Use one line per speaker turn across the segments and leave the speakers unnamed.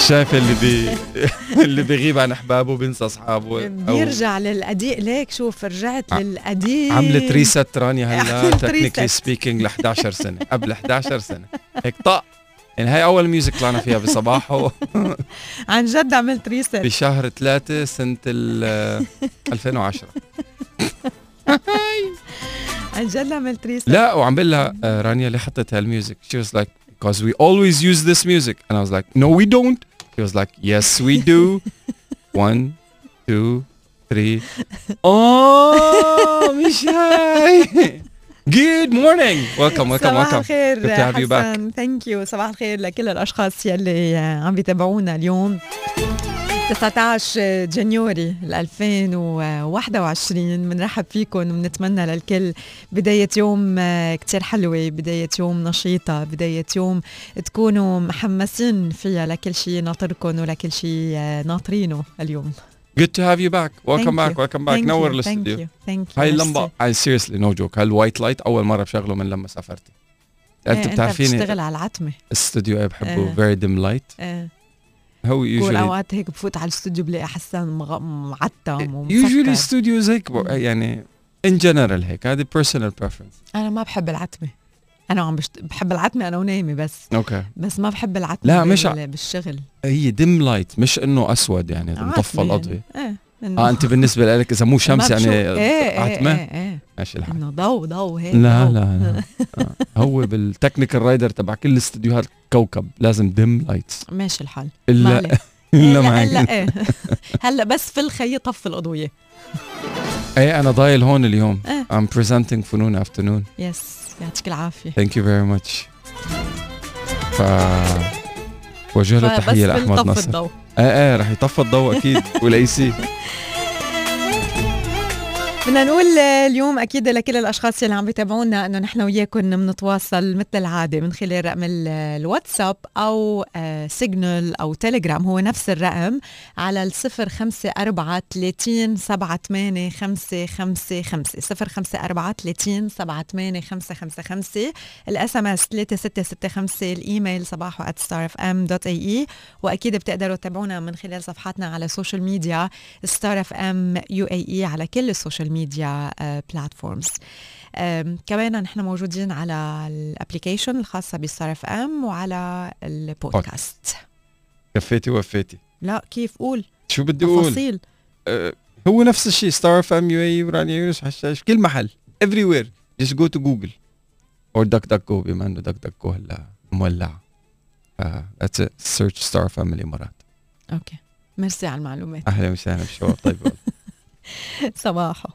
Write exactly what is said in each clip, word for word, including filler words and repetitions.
شايف اللي بي اللي بيغيب عن احبابه بينسى اصحابه،
بيرجع للقديم. ليك شوف رجعت للقديم.
عملت ريست رانيا هلا تكنيكلي سبيكينج ل إحدى عشرة سنه، قبل إحدى عشرة سنه هيك طق. يعني هاي اول ميوزك طلعنا فيها بصباحه.
عن جد عملت ريست
بشهر ثلاثة سنه ألفين وعشرة.
عن جد عملت ريست.
لا وعم بقول لها رانيا ليه حطيت هالميوزك؟ she was like because we always use this music and I was like no we don't. He was like yes we do. one two three. oh مش هاي. Good morning. Welcome, welcome,
صباح
welcome.
الخير
Good to have you back.
حسن. Thank you. صباح الخير لكل الأشخاص يلي عم بيتابعونا اليوم تسعة عشر جانيوري ألفين وواحد وعشرين. بنرحب فيكم وبنتمنى للكل بداية يوم كتير حلوة، بداية يوم نشيطة، بداية يوم تكونوا محمسين فيها لكل شيء ناطركم ولكل شيء ناطرينه اليوم.
Good to have you back. Welcome
Thank
back.
you.
Welcome back.
Thank
نور
you.
الاستوديو.
Thank you. Thank you.
هاي اللمبة I seriously no joke. هالوايت لايت أول مرة بشغله من لما سافرتي. أنت بتعرفيني
بتشتغل على العتمة.
الاستوديو أنا بحبه
اه.
very dim light.
اه.
هو
كل
usually
أوقات هيك بفوت على الاستوديو بلاقي حسان مغ... معتم ومسكر.
usually studios هيك يعني in general هيك هذه personal preference.
أنا ما بحب العتمة. أنا عم بشت... بحب العتمة أنا ونايمة بس.
أوكي.
بس ما بحب العتمة.
لا
بال...
مش ع...
بالشغل.
هي dim light مش إنه أسود يعني مطفى الأضوية.
يعني. اه.
اه انت بالنسبه لك اذا مو شمس يعني
ايه
عتمه
ايه ايه
ماشي الحال.
انه ضو ضو هيك.
لا
ضو.
لا, لا. آه. هو بالتكنيكال رايدر تبع كل الاستديوهات كوكب لازم ديم لايتس.
ماشي الحال.
الا الا معك.
هلا ايه هلا بس في الخي طف الاضويه.
ايه انا ضايل هون اليوم.
اه.
I'm presenting فنون افترنون.
يس يعطيك العافيه.
Thank you very much. ف وجه له تحيه لاحمد نصر.
ايه
ايه رح يطفى الضوء اكيد وليسي.
بدنا نقول اليوم اكيد لكل الاشخاص اللي عم بيتابعونا انه نحن وياكم بنتواصل مثل العاده من خلال رقم الواتساب او سيجنال او تيليجرام. هو نفس الرقم على الصفر خمسة أربعة ثلاثين سبعة ثمانية خمسة خمسة خمسة صفر خمسة أربعة ثلاثين سبعة ثمانية خمسة خمسة خمسة. الاس ام اس ثلاثة ستة ستة خمسة. الايميل صباحو at star f m dot a e. واكيد بتقدروا تتابعونا من خلال صفحاتنا على السوشيال ميديا ستار اف ام يو اي اي على كل السوشيال ميديا بلاتفورمز. كمان نحن موجودين على الابليكيشن الخاصة بستار اف ام وعلى البودكاست.
كفيتي وفيتي.
لا كيف قول
شو بدي اقول
تفاصيل.
أه هو نفس الشيء ستار اف ام يو اي ورانيا يونس حشاش كل محل everywhere just go to Google or DuckDuckGo بما انه DuckDuckGo هلا مولع. uh, that's it search ستار اف ام الامارات.
اوكي ميرسي على المعلومات.
اهلا وسهلا بالشباب. طيب
صباحو.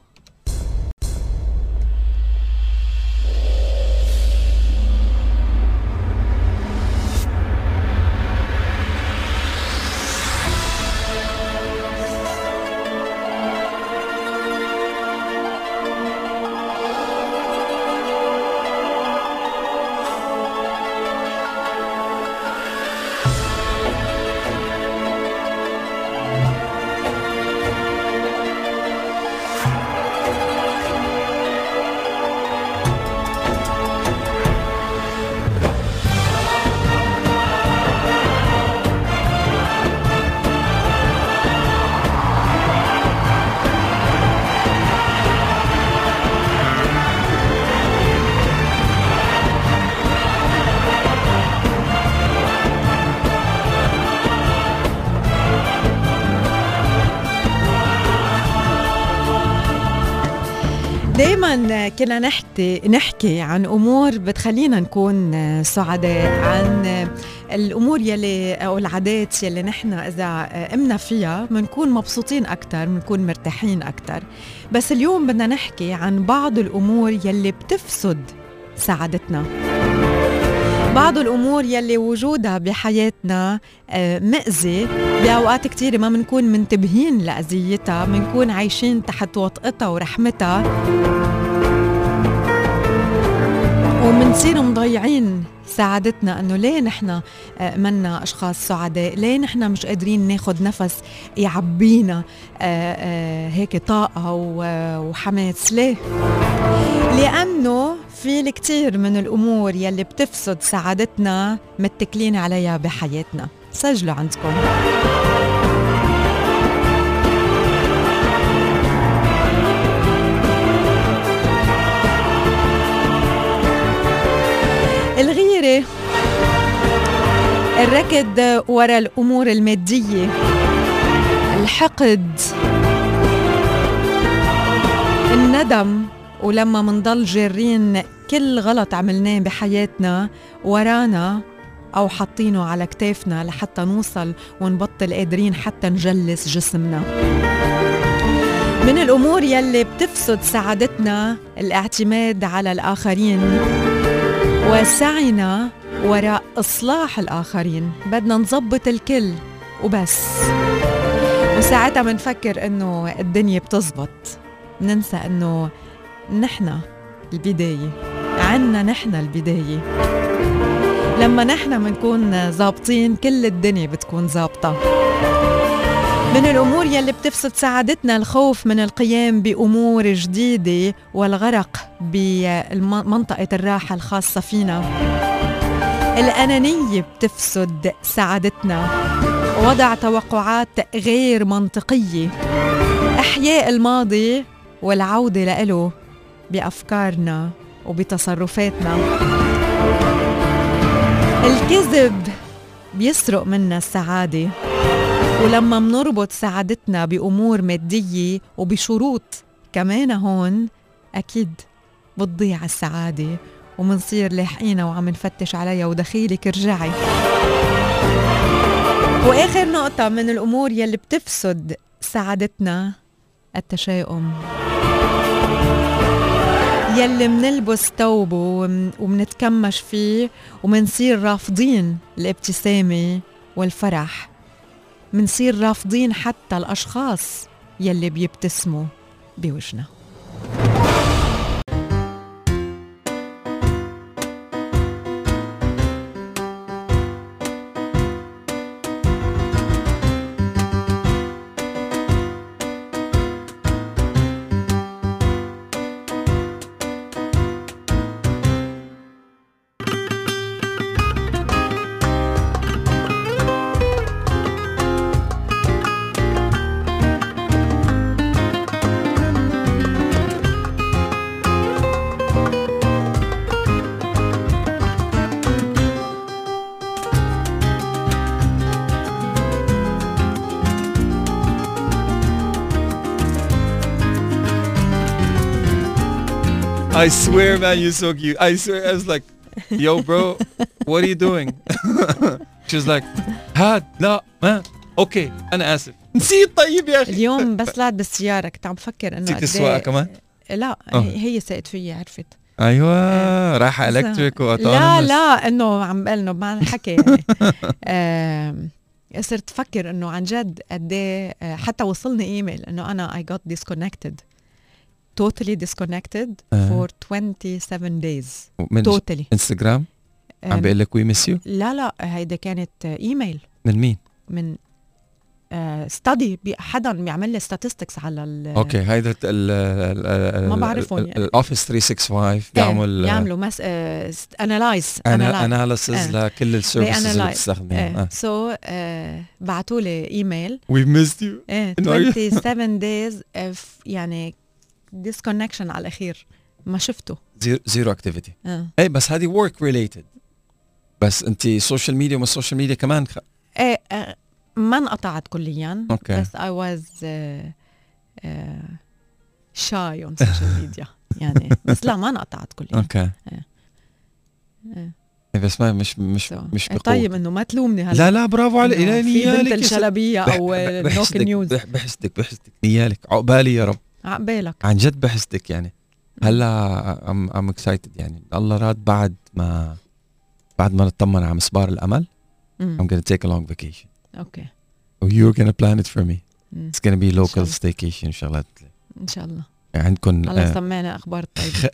دايما كنا نحكي نحكي عن امور بتخلينا نكون سعداء، عن الامور يلي او العادات يلي نحن اذا قمنا فيها بنكون مبسوطين اكثر، بنكون مرتاحين اكثر. بس اليوم بدنا نحكي عن بعض الامور يلي بتفسد سعادتنا، بعض الأمور يلي وجودها بحياتنا مأذي بأوقات كتير ما منكون منتبهين لأذيتها، منكون عايشين تحت وطئتها ورحمتها ومنصير مضيعين سعادتنا. أنه ليه نحن منا أشخاص سعداء؟ ليه نحن مش قادرين ناخد نفس يعبينا هيك طاقة وحماس؟ ليه؟ لأنه في الكثير من الأمور يلي بتفسد سعادتنا متكلين عليها بحياتنا. سجلوا عندكم. الغيرة، الركض وراء الأمور المادية، الحقد، الندم، ولما منضل جارين كل غلط عملناه بحياتنا ورانا أو حاطينه على كتافنا لحتى نوصل ونبطل قادرين حتى نجلس جسمنا. من الأمور يلي بتفسد سعادتنا الاعتماد على الآخرين وسعينا وراء إصلاح الآخرين. بدنا نظبط الكل وبس، وساعتها منفكر إنه الدنيا بتزبط. ننسى إنه نحنا البداية، عنا نحنا البداية. لما نحنا منكون زابطين كل الدنيا بتكون زابطة. من الأمور يلي بتفسد سعادتنا الخوف من القيام بأمور جديدة والغرق بمنطقة الراحة الخاصة فينا. الأنانية بتفسد سعادتنا، وضع توقعات غير منطقية، إحياء الماضي والعودة لإله بأفكارنا وبتصرفاتنا. الكذب بيسرق منا السعادة، ولما منربط سعادتنا بأمور مادية وبشروط كمان هون أكيد بتضيع السعادة ومنصير لاحقينا وعم نفتش عليها ودخيلك رجعي. وآخر نقطة من الأمور يلي بتفسد سعادتنا التشاؤم، يلي منلبس توبه ومنتكمش فيه ومنصير رافضين الابتسامة والفرح. منصير رافضين حتى الأشخاص يلي بيبتسموا بوجنا.
I swear, man, you're so cute. I swear, I was like, yo, bro, what are you doing? She was like, هاد لا ما اوكي انا اسف نسيت. طيب يا اخي
اليوم بس طلعت بالسيارة كنت عم بفكر انه
نسيت السواقة كمان؟
لا
أوه.
هي سقت فيا عرفت.
ايوه آه. رايحة الكتريك واوتونومس.
لا لا انه عم بقول انه ما الحكي يعني. آه صرت افكر انه عن جد قد ايه. حتى وصلني ايميل انه انا I got disconnected totally disconnected
آه.
for twenty-seven days
من
totally.
انستغرام عم بيقول لك وي ميس يو؟
لا لا هيدا كانت ايميل
من مين؟
من ستادي uh, حدا بيعمل لي statistics على ال
اوكي هيدا ال
ما بعرفهم يعني.
الاوفيس ثلاثمية وستة وخمسين بيعمل
يعملوا مس انالايز
اناليسيز لكل السيرفيسز اللي بتستخدميها.
سو بعثوا لي ايميل
وي ميست يو
twenty-seven days of يعني disconnection على الاخير ما شفته
زيرو اكتيفيتي. اي بس هذه ورك ريليتد. بس انت سوشيال ميديا وما السوشيال ميديا كمان خ...
ايه آه ما انقطعت كليا.
okay.
بس I was uh, uh, shy on social media يعني. بس لا ما انقطعت كليا.
اوكي
okay.
ايه بس ما مش مش so. مش بقوة.
طيب انه ما تلومني هلا.
لا لا برافو عليك.
في بنت الشلبية او نوك نيوز.
بحسدك بحسدك نيالك عقبالي يا رب.
عقبالك
عن جد بحسدك يعني. هلا ام ام اكسايتد يعني. الله راد بعد ما بعد ما نطمن على مسبار الامل mm. I'm gonna take a long vacation.
Okay.
You're gonna plan it for me.
Mm.
It's gonna be local staycation شغلات.
إن شاء الله.
عندكم
الله سمعنا أخبار طيبة.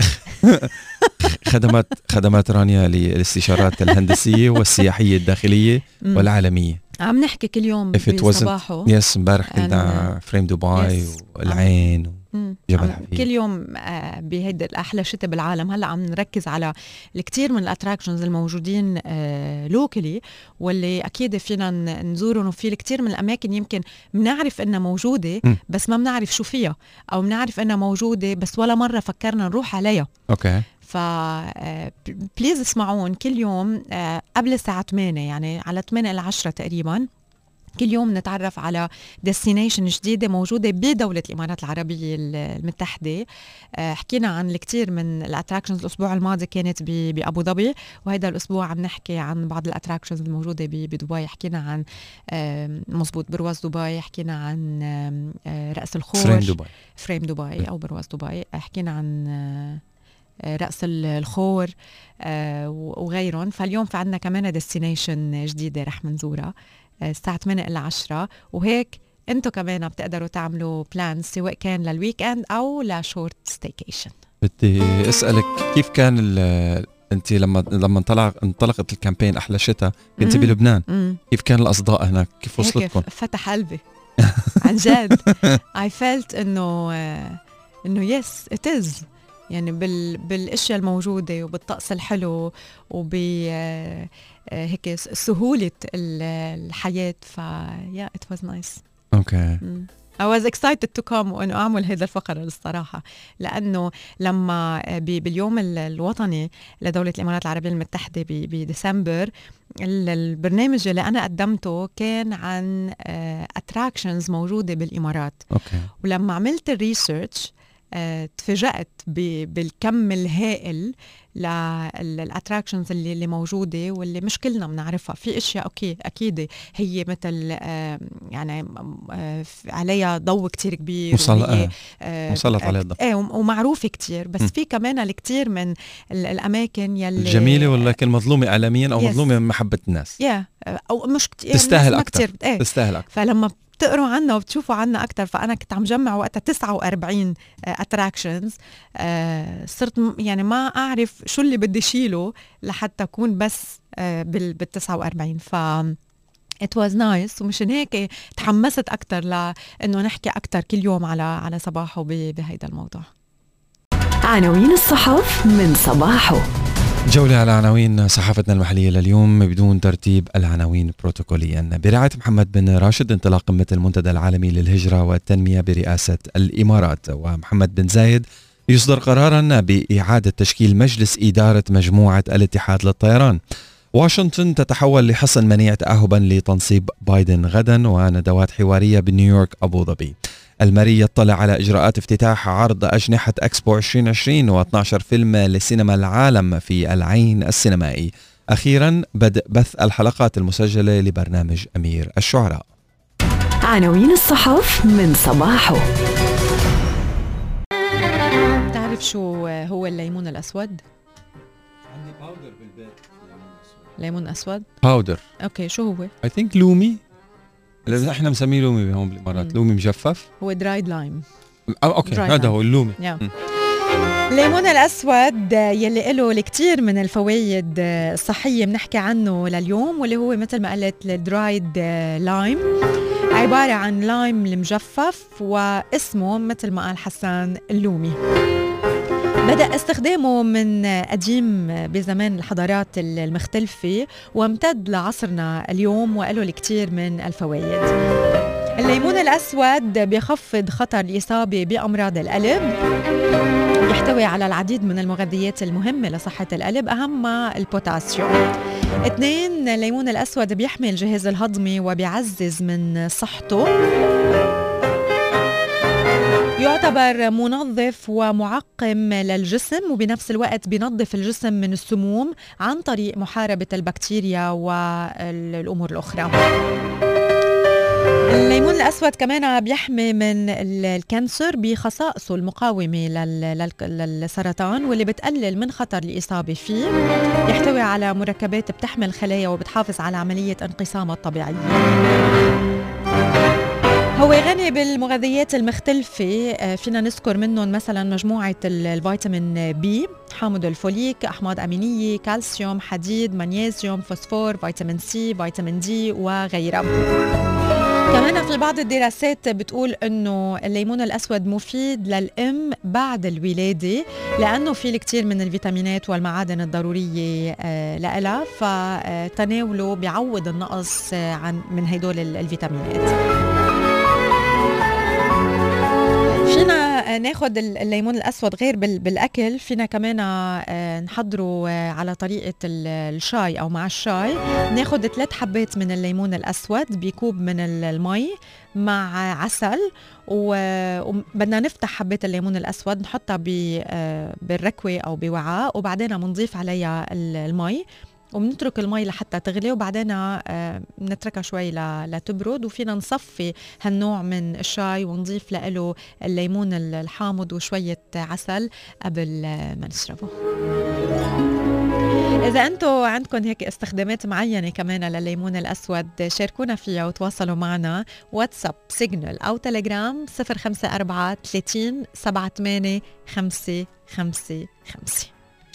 خدمات خدمات رانيا للاستشارات الهندسية والسياحية الداخلية mm. والعالمية.
عم نحكي كل يوم بصباحه.
يس امبارح كنت على فريم دبي والعين وجبل حفيظ.
كل يوم آه بهيدا الأحلى شتاء بالعالم هلا عم نركز على الكثير من الاتراكشنز الموجودين آه لوكالي، واللي اكيد فينا نزورهم، وفي الكثير من الاماكن يمكن بنعرف انها موجوده م. بس ما بنعرف شو فيها، او بنعرف انها موجوده بس ولا مره فكرنا نروح عليها.
اوكي.
ف بليز اسمعون كل يوم آه قبل الساعه ثمانية، يعني على ثمانية إلى عشرة تقريبا، كل يوم نتعرف على ديستنيشن جديدة موجودة بدولة الإمارات العربية المتحدة. حكينا عن الكثير من الاتراكشنز. الأسبوع الماضي كانت بأبو ظبي، وهذا الأسبوع عم نحكي عن بعض الاتراكشنز الموجودة بدبي. حكينا عن مزبوط برواز دبي، حكينا عن رأس الخور،
فريم دبي
فريم دبي أو برواز دبي، حكينا عن رأس الخور وغيرهم. فاليوم في عنا كمان ديستنيشن جديدة رح منزورها الساعة ثمانية إلى عشرة، وهيك انتو كمان بتقدروا تعملوا بلان سواء كان للويك اند او لشورت ستيكيشن.
بدي اسألك كيف كان انت لما لما انطلق انطلقت الكامبين احلى شتاء كنت بلبنان؟ مم. كيف كان الاصداء هناك؟ كيف وصلتكم؟
فتح قلبي عن جد. I felt انه انه يس ات از، يعني بال بالاشياء الموجوده وبالطقس الحلو وب هيك سهولة الحياة. ف yeah it was nice.
okay.
mm. I was excited to come وأنه أعمل هذا الفقرة الصراحة، لأنه لما باليوم الوطني لدولة الإمارات العربية المتحدة بديسمبر، البرنامج اللي أنا قدمته كان عن attractions موجودة بالإمارات.
okay.
ولما عملت الريسيرش تفاجأت بالكم الهائل للاتراكشنز اللي اللي موجوده واللي مش كلنا بنعرفها. في اشياء اوكي اكيد هي مثل آه يعني آه عليها ضوء كتير كبير،
وصل آه وصلت عليها الضوء
ايه ومعروفه كتير، بس م. في كمان الكتير من الاماكن يلي
الجميله ولكن مظلومه اعلاميا او yes. مظلومه من محبه الناس.
يا yeah. او مش كتير
تستاهل اكثر.
ايه.
تستاهل اكثر.
فلما بتقروا عنا وبتشوفوا عنا أكتر، فأنا كنت عم جمع وقتها تسعة وأربعين اتراكشنز. آه صرت يعني ما أعرف شو اللي بدي شيله لحتى أكون بس آه بال تسعة وأربعين. ف it was nice، ومشان هيك تحمست أكتر لأنه نحكي أكتر كل يوم على على صباحه بهيدا الموضوع.
عناوين الصحف من صباحه.
جولة على عناوين صحافتنا المحلية لليوم بدون ترتيب العناوين بروتوكوليا. برعاية محمد بن راشد انطلاق قمة المنتدى العالمي للهجرة والتنمية برئاسة الإمارات، ومحمد بن زايد يصدر قرارا بإعادة تشكيل مجلس إدارة مجموعة الاتحاد للطيران. واشنطن تتحول لحصن منيع تأهبا لتنصيب بايدن غدا، وندوات حوارية بنيويورك أبو ظبي. المري يطلع على إجراءات افتتاح عرض أجنحة أكسبو عشرين عشرين واثني عشر فيلم لسينما العالم في العين السينمائي. أخيرا بدء بث الحلقات المسجلة لبرنامج أمير الشعراء.
عناوين الصحف من صباحه.
تعرف شو هو الليمون الأسود؟
عندي باودر بالبيت.
ليمون أسود؟
باودر.
أوكي شو هو؟
I think لومي. اللي احنا مسميه لومي هون بالإمارات. لومي مجفف.
هو درايد لايم.
اوكي هذا هو اللومي.
الليمون الأسود يلي له الكثير من الفوائد الصحية بنحكي عنه لليوم، واللي هو مثل ما قلت الدرايد لايم، عبارة عن لايم المجفف، واسمه مثل ما قال حسان اللومي. بدأ استخدامه من قديم بزمان الحضارات المختلفة وامتد لعصرنا اليوم، وله الكثير من الفوائد. الليمون الأسود بيخفض خطر الإصابة بأمراض القلب، يحتوي على العديد من المغذيات المهمة لصحة القلب أهمها البوتاسيوم. اثنين، الليمون الأسود بيحمي الجهاز الهضمي وبيعزز من صحته، يعتبر منظف ومعقم للجسم، وبنفس الوقت بينظف الجسم من السموم عن طريق محاربة البكتيريا والأمور الأخرى. الليمون الأسود كمان بيحمي من الكانسر بخصائصه المقاومة للسرطان، واللي بتقلل من خطر الإصابة فيه. يحتوي على مركبات بتحمل خلايا وبتحافظ على عملية انقسامها الطبيعية. هو غني بالمغذيات المختلفة، فينا نذكر منهم مثلا مجموعة الفيتامين بي، حامض الفوليك، أحماض أمينية، كالسيوم، حديد، مغنيسيوم، فوسفور، فيتامين سي، فيتامين دي وغيرها. كمان في بعض الدراسات بتقول انه الليمون الاسود مفيد للام بعد الولاده لانه فيه الكثير من الفيتامينات والمعادن الضروريه لها، فتناوله بيعوض النقص عن من هدول الفيتامينات. فينا ناخد الليمون الأسود غير بالأكل، فينا كمان نحضره على طريقة الشاي أو مع الشاي. ناخد ثلاث حبات من الليمون الأسود بكوب من المي مع عسل، وبدنا نفتح حبات الليمون الأسود نحطها بالركوة أو بوعاء، وبعدين بنضيف عليها المي وبنترك المي لحتى تغلي، وبعدين آه نتركها شوي لتبرد. وفينا نصفي هالنوع من الشاي ونضيف له الليمون الحامض وشوية عسل قبل ما نشربه. إذا أنتم عندكم هيك استخدامات معينة كمان للليمون الأسود شاركونا فيها وتواصلوا معنا. واتساب، سيجنال أو تليجرام صفر خمسة أربعة ثلاثين سبعة ثمانية خمسة خمسة خمسة.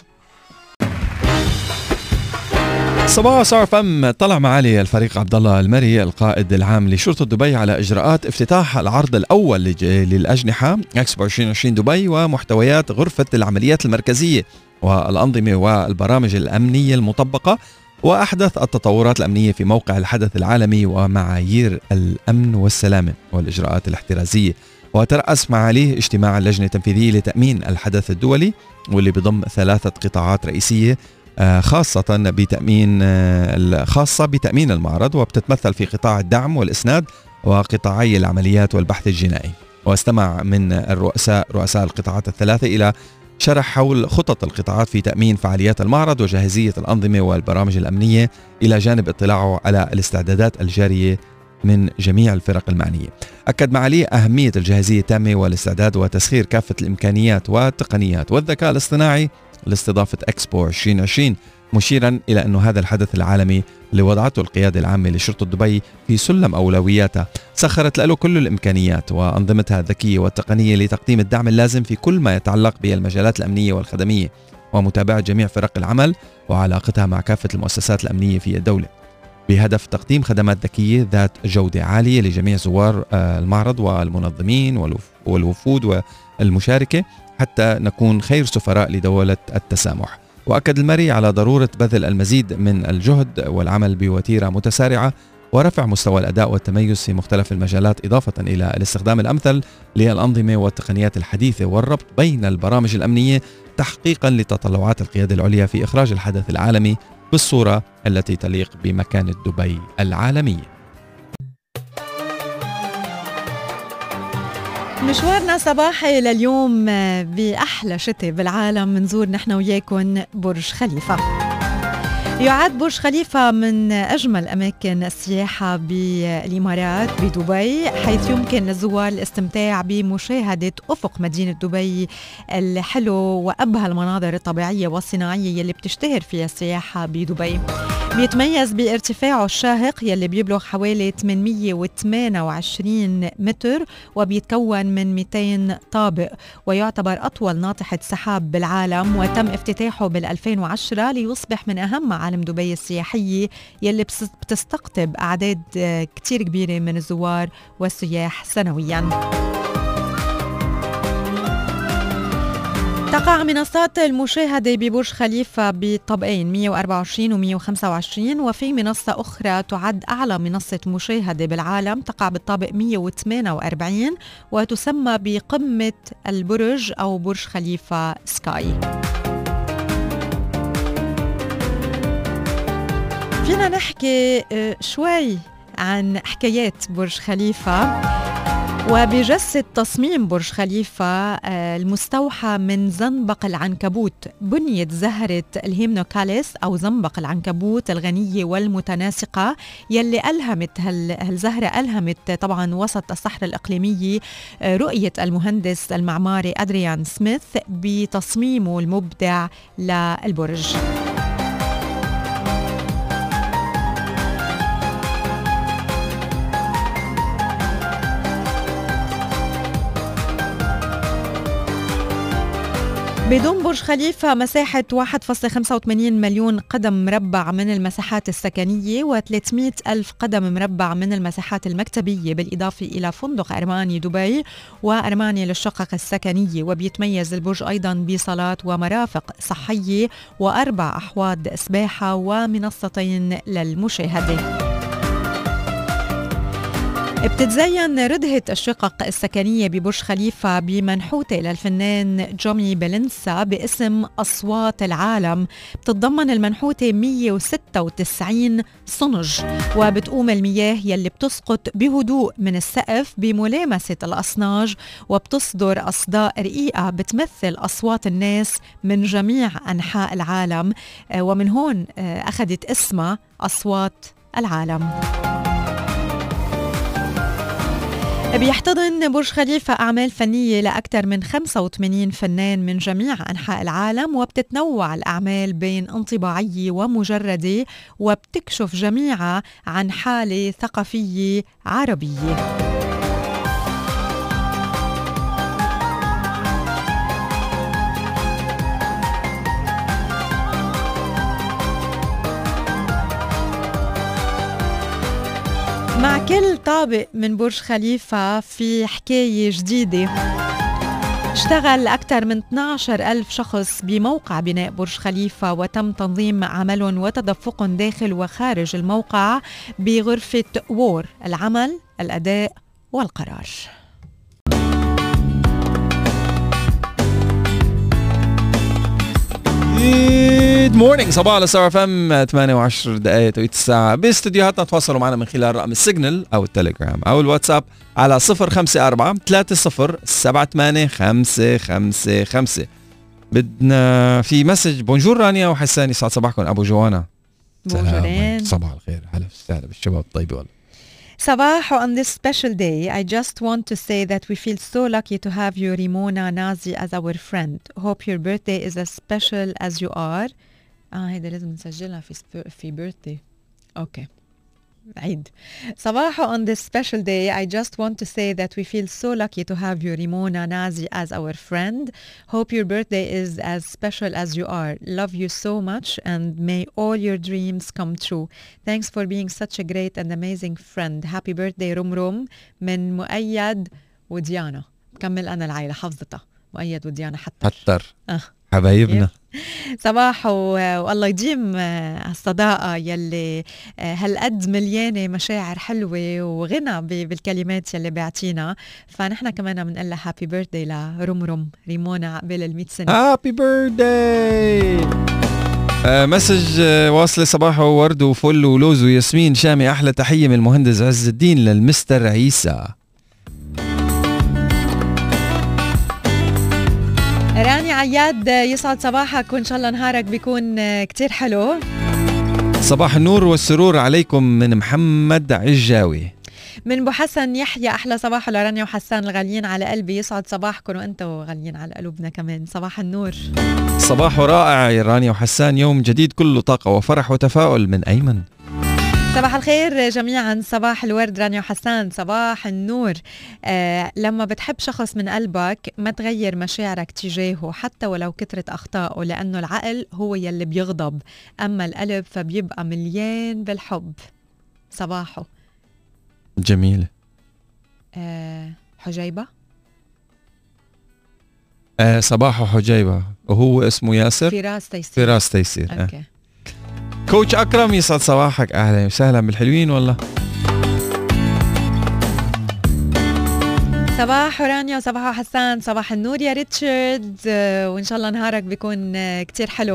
صباح صار فم. طلع معالي الفريق عبد الله المري القائد العام لشرطة دبي على إجراءات افتتاح العرض الأول للأجنحة إكسبو عشرين عشرين دبي ومحتويات غرفة العمليات المركزية والأنظمة والبرامج الأمنية المطبقة وأحدث التطورات الأمنية في موقع الحدث العالمي ومعايير الأمن والسلامة والإجراءات الاحترازية. وترأس معاليه اجتماع اللجنة التنفيذية لتأمين الحدث الدولي واللي بضم ثلاثة قطاعات رئيسية خاصة بتأمين خاصة بتأمين المعرض، وبتتمثل في قطاع الدعم والإسناد وقطاعي العمليات والبحث الجنائي. واستمع من الرؤساء رؤساء القطاعات الثلاثة إلى شرح حول خطط القطاعات في تأمين فعاليات المعرض وجاهزية الأنظمة والبرامج الأمنية، إلى جانب اطلاعه على الاستعدادات الجارية من جميع الفرق المعنية. أكد معاليه أهمية الجاهزية التامة والاستعداد وتسخير كافة الإمكانيات والتقنيات والذكاء الاصطناعي لاستضافة إكسبو عشرين عشرين، مشيرا إلى أن هذا الحدث العالمي اللي وضعته القيادة العامة لشرطة دبي في سلم أولوياتها سخرت له كل الإمكانيات وأنظمتها الذكية والتقنية لتقديم الدعم اللازم في كل ما يتعلق بالمجالات الأمنية والخدمية ومتابعة جميع فرق العمل وعلاقتها مع كافة المؤسسات الأمنية في الدولة، بهدف تقديم خدمات ذكية ذات جودة عالية لجميع زوار المعرض والمنظمين والوفود والمشاركة حتى نكون خير سفراء لدولة التسامح. وأكد المري على ضرورة بذل المزيد من الجهد والعمل بوتيرة متسارعة ورفع مستوى الأداء والتميز في مختلف المجالات، إضافة إلى الاستخدام الأمثل للأنظمة والتقنيات الحديثة والربط بين البرامج الأمنية تحقيقا لتطلعات القيادة العليا في إخراج الحدث العالمي بالصورة التي تليق بمكانة دبي العالمية.
مشوارنا صباحي لليوم بأحلى شتاء بالعالم منزور نحن وياكم برج خليفة. يعد برج خليفة من أجمل أماكن السياحة بالإمارات بدبي، حيث يمكن للزوار الاستمتاع بمشاهدة أفق مدينة دبي الحلو وأبهى المناظر الطبيعية والصناعية يلي بتشتهر فيها السياحة بدبي. بيتميز بارتفاعه الشاهق يلي بيبلغ حوالي ثمانمية وثمانية وعشرين متر وبيتكون من مئتين طابق، ويعتبر أطول ناطحة سحاب بالعالم، وتم افتتاحه بالألفين وعشرة ليصبح من أهم معالم دبي السياحية يلي بتستقطب أعداد كتير كبيرة من الزوار والسياح سنوياً. تقع منصات المشاهدة ببرج خليفة بطابقين مئة وأربعة وعشرين و مئة وخمسة وعشرين، وفي منصة أخرى تعد أعلى منصة مشاهدة بالعالم تقع بالطابق مئة وثمانية وأربعين وتسمى بقمة البرج أو برج خليفة سكاي. فينا نحكي شوي عن حكايات برج خليفة، وبجسد تصميم برج خليفة المستوحى من زنبق العنكبوت. بنيت زهرة الهيمنوكاليس أو زنبق العنكبوت الغنية والمتناسقة يلي ألهمت هالزهرة ألهمت طبعا وسط الصحراء الإقليمية رؤية المهندس المعماري أدريان سميث بتصميمه المبدع للبرج. بيضم برج خليفة مساحة واحد فاصلة خمسة وثمانين مليون قدم مربع من المساحات السكنية وثلاثمئة ألف قدم مربع من المساحات المكتبية، بالإضافة إلى فندق أرماني دبي وأرماني للشقق السكنية. وبيتميز البرج أيضا بصالات ومرافق صحية وأربع أحواض سباحة ومنصتين للمشاهدة. بتتزين ردهة الشقق السكنية ببرج خليفة بمنحوتة للفنان جومي بلنسا باسم أصوات العالم. بتتضمن المنحوتة مئة وستة وتسعين صنج، وبتقوم المياه يلي بتسقط بهدوء من السقف بملامسة الأصناج، وبتصدر أصداء رقيقة بتمثل أصوات الناس من جميع أنحاء العالم، ومن هون أخذت اسمها أصوات العالم. بيحتضن برج خليفة أعمال فنية لأكثر من خمسة وثمانين فنان من جميع أنحاء العالم، وبتتنوع الأعمال بين انطباعية ومجردة، وبتكشف جميعها عن حالة ثقافية عربية. مع كل طابق من برج خليفة في حكاية جديدة. اشتغل أكثر من اثني عشر ألف شخص بموقع بناء برج خليفة، وتم تنظيم عملهم وتدفقهم داخل وخارج الموقع بغرفة وور، العمل، الأداء والقرار.
Good morning. صباح على ستار اف ام ثمانية وعشرة دقائق توقيت الساعة. باستديوهاتنا تواصلوا معنا من خلال رقم السيجنال أو التليجرام أو الواتساب على صفر خمسة أربعة ثلاثة صفر سبعة ثمانية خمسة خمسة خمسة. بدنا في مسج. بونجور رانيا وحسان، يسعد صباحكم. أبو جوانا
بونجورين.
صباح الخير. هلا وسهلا بالشباب الطيبة والله.
صباح. On this special day, I just want to say that we feel so lucky to have you, Rimona Nazi, as our friend. Hope your birthday is as special as you are. آه هيدا لازم نسجلها في سب... في birthday. Okay. عيد. صباح. On this special day, I just want to say that we feel so lucky to have you, Rimona Nazi, as our friend. Hope your birthday is as special as you are. Love you so much and may all your dreams come true. Thanks for being such a great and amazing friend. Happy birthday روم روم من مؤيد وديانا. بكمل أنا العائلة حفظتها. مؤيد وديانا حتى
حتر
آه.
حبايبنا.
صباح والله يديم الصداقة يلي هالقد مليانة مشاعر حلوة وغنى بالكلمات يلي بيعطينا. فنحن كمان بنقول لها هابي بيرثداي لروم روم ريمونا قبل المئة سنة.
هابي بيرثداي. مسج واصلة. صباح وورد وفل ولوز وياسمين شامي. أحلى تحية من المهندس عز الدين للمستر عيسى.
راني عياد يسعد صباحك وإن شاء الله نهارك بيكون كتير حلو.
صباح النور والسرور عليكم من محمد عجاوي.
من بو حسن يحيى. أحلى صباح لرانيا وحسان الغاليين على قلبي. يسعد صباحكم وأنتوا غاليين على قلوبنا كمان. صباح النور.
صباح رائع يا رانيا وحسان. يوم جديد كله طاقة وفرح وتفاؤل من أيمن.
صباح الخير جميعا. صباح الورد رانيا وحسان. صباح النور. آه لما بتحب شخص من قلبك ما تغير مشاعرك تجاهه حتى ولو كترت أخطاءه، لأنه العقل هو يلي بيغضب، أما القلب فبيبقى مليان بالحب. صباحه.
جميلة.
آه حجيبة.
آه صباحه حجيبة وهو اسمه ياسر.
فراس تيسير.
فراس تيسير.
أوكي.
آه. كوتش أكرم يسعد صباحك. أهلا وسهلا بالحلوين والله.
صباح رانيا وصباح حسان. صباح النور يا ريتشارد وإن شاء الله نهارك بيكون كتير حلو.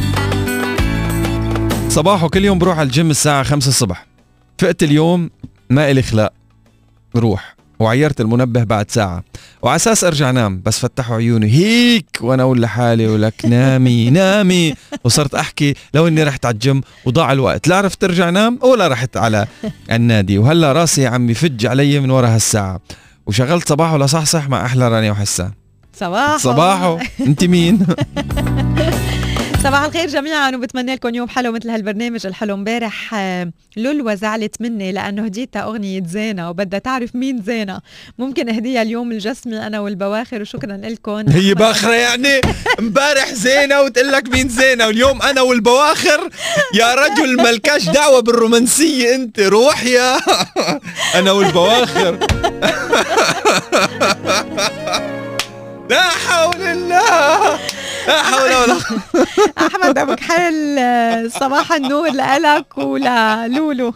صباحه. كل يوم بروح على الجيم الساعة خمسة الصبح. فقت اليوم ما إلي خلاق روح وعيرت المنبه بعد ساعة وعلى أساس أرجع نام، بس فتحوا عيوني هيك وأنا أقول لحالي ولك نامي نامي، وصرت أحكي لو إني رحت على الجيم وضاع الوقت لا عرفت أرجع نام ولا رحت على النادي، وهلا راسي عم يفج علي من وراء هالساعة. وشغلت صباحه لصحصح مع أحلى رانيا وحسان.
صباحه.
صباحه. أنت مين؟
صباح الخير جميعا وبتمنى لكم يوم حلو مثل هالبرنامج الحلو. امبارح لولوى زعلت مني لانه هديتها اغنيه زينه وبدها تعرف مين زينه. ممكن اهديها اليوم الجسمي انا والبواخر وشكرا لكم.
هي باخره يعني امبارح زينه وتقول لك مين زينه واليوم انا والبواخر. يا رجل ملكاش دعوه بالرومانسيه انت، روح يا انا والبواخر. لا حول الله لا حول ولا قوة.
احمد ابو كحل صباح النور لك ولولو.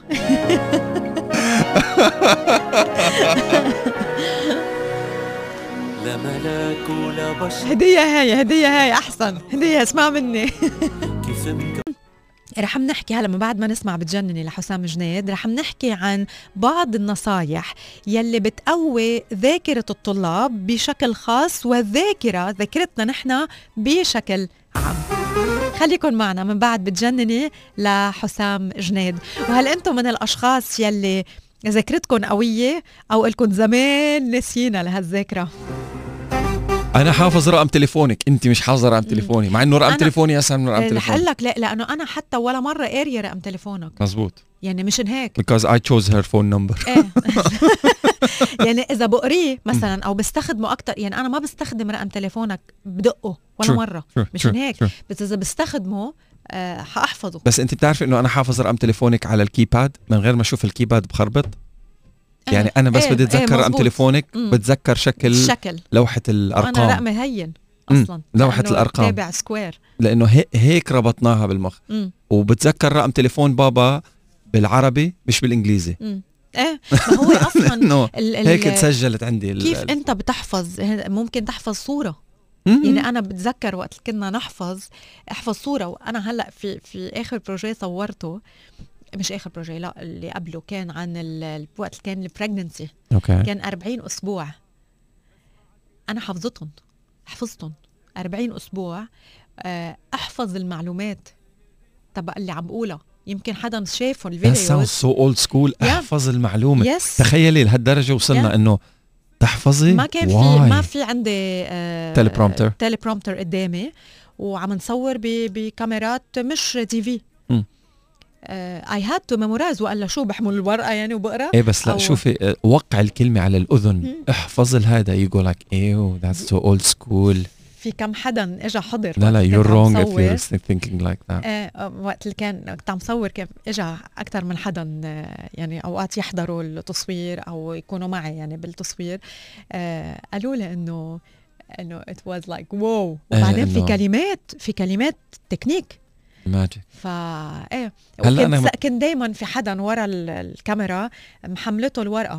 لا ملاك ولا بشر.
هديه هاي هديه هاي احسن هديه اسمع مني.
كيف
رح نحكي هلا من بعد ما نسمع بتجنني لحسام جنيد، رح نحكي عن بعض النصايح يلي بتقوي ذاكرة الطلاب بشكل خاص والذاكرة ذاكرتنا نحن بشكل عام. خليكن معنا من بعد بتجنني لحسام جنيد. وهل انتم من الاشخاص يلي ذاكرتكم قوية او الكم زمان نسينا لهالذاكرة؟
انا حافظ رقم تليفونك، انت مش حافظه رقم تليفوني، مع انه رقم تليفوني اسهل من رقم تليفونك.
رح لك لا لانه انا حتى ولا مره قاريه رقم تليفونك.
مزبوط،
يعني مشان هيك
because I chose her phone number.
ايه يعني اذا بقريه مثلا او بستخدمه اكثر، يعني انا ما بستخدم رقم تليفونك بدقه ولا
شو.
مره
شو.
مشان
شو.
هيك
شو.
بس اذا بستخدمه أه حاحفظه.
بس انت بتعرف انه انا حافظ رقم تليفونك على الكيباد من غير ما اشوف الكيباد بخربط. يعني انا بس
ايه
بدي اتذكر
ايه
رقم تليفونك
مم.
بتذكر شكل
الشكل
لوحه الارقام.
انا رقمي هين اصلا
لوحه الارقام
تابع سكوير
لانه هي هيك ربطناها بالمخ.
مم.
وبتذكر رقم تليفون بابا بالعربي مش بالانجليزي.
مم. ايه ما هو اصلا
انه
ال ال
هيك تسجلت عندي.
كيف ال انت بتحفظ؟ ممكن تحفظ صوره.
مم.
يعني انا بتذكر وقت كنا نحفظ احفظ صوره، وانا هلا في في اخر بروجي صورته، مش اخر بروجي لا اللي قبله كان عن الوقت كان البريجننسي.
اوكي.
كان أربعين اسبوع انا حفظتهم حفظتهم أربعين اسبوع. احفظ المعلومات تبع اللي عم بقولها، يمكن حدا شافه الفيديو.
That sounds so old school.
yeah.
احفظ المعلومه.
yes.
تخيلي لهالدرجه وصلنا yeah. انه تحفظي.
ما كان في
Why?
ما في عندي آه
تيليبرومتر
تيليبرومتر قدامي وعم نصور بكاميرات مش تي في. اي هاد تو ميمورايز وقال شو بحمل الورقه يعني وبقرا.
ايه بس لا شوفي وقع الكلمه على الاذن. مم. احفظ هذا يقول لك ايه that's so old school.
في كم حدا اجى حضر.
لا لا you're wrong if you're thinking like that.
آه وقت اللي كان كنت عم صور كيف اجى اكثر من حدا، يعني اوقات يحضروا التصوير او يكونوا معي يعني بالتصوير. آه قالوا لي انه انه it was like wow. وبعدين في كلمات في كلمات تكنيك
ماجيك.
فا ايه
هلا انا
كنت دايما في حدا ورا الكاميرا محملته الورقه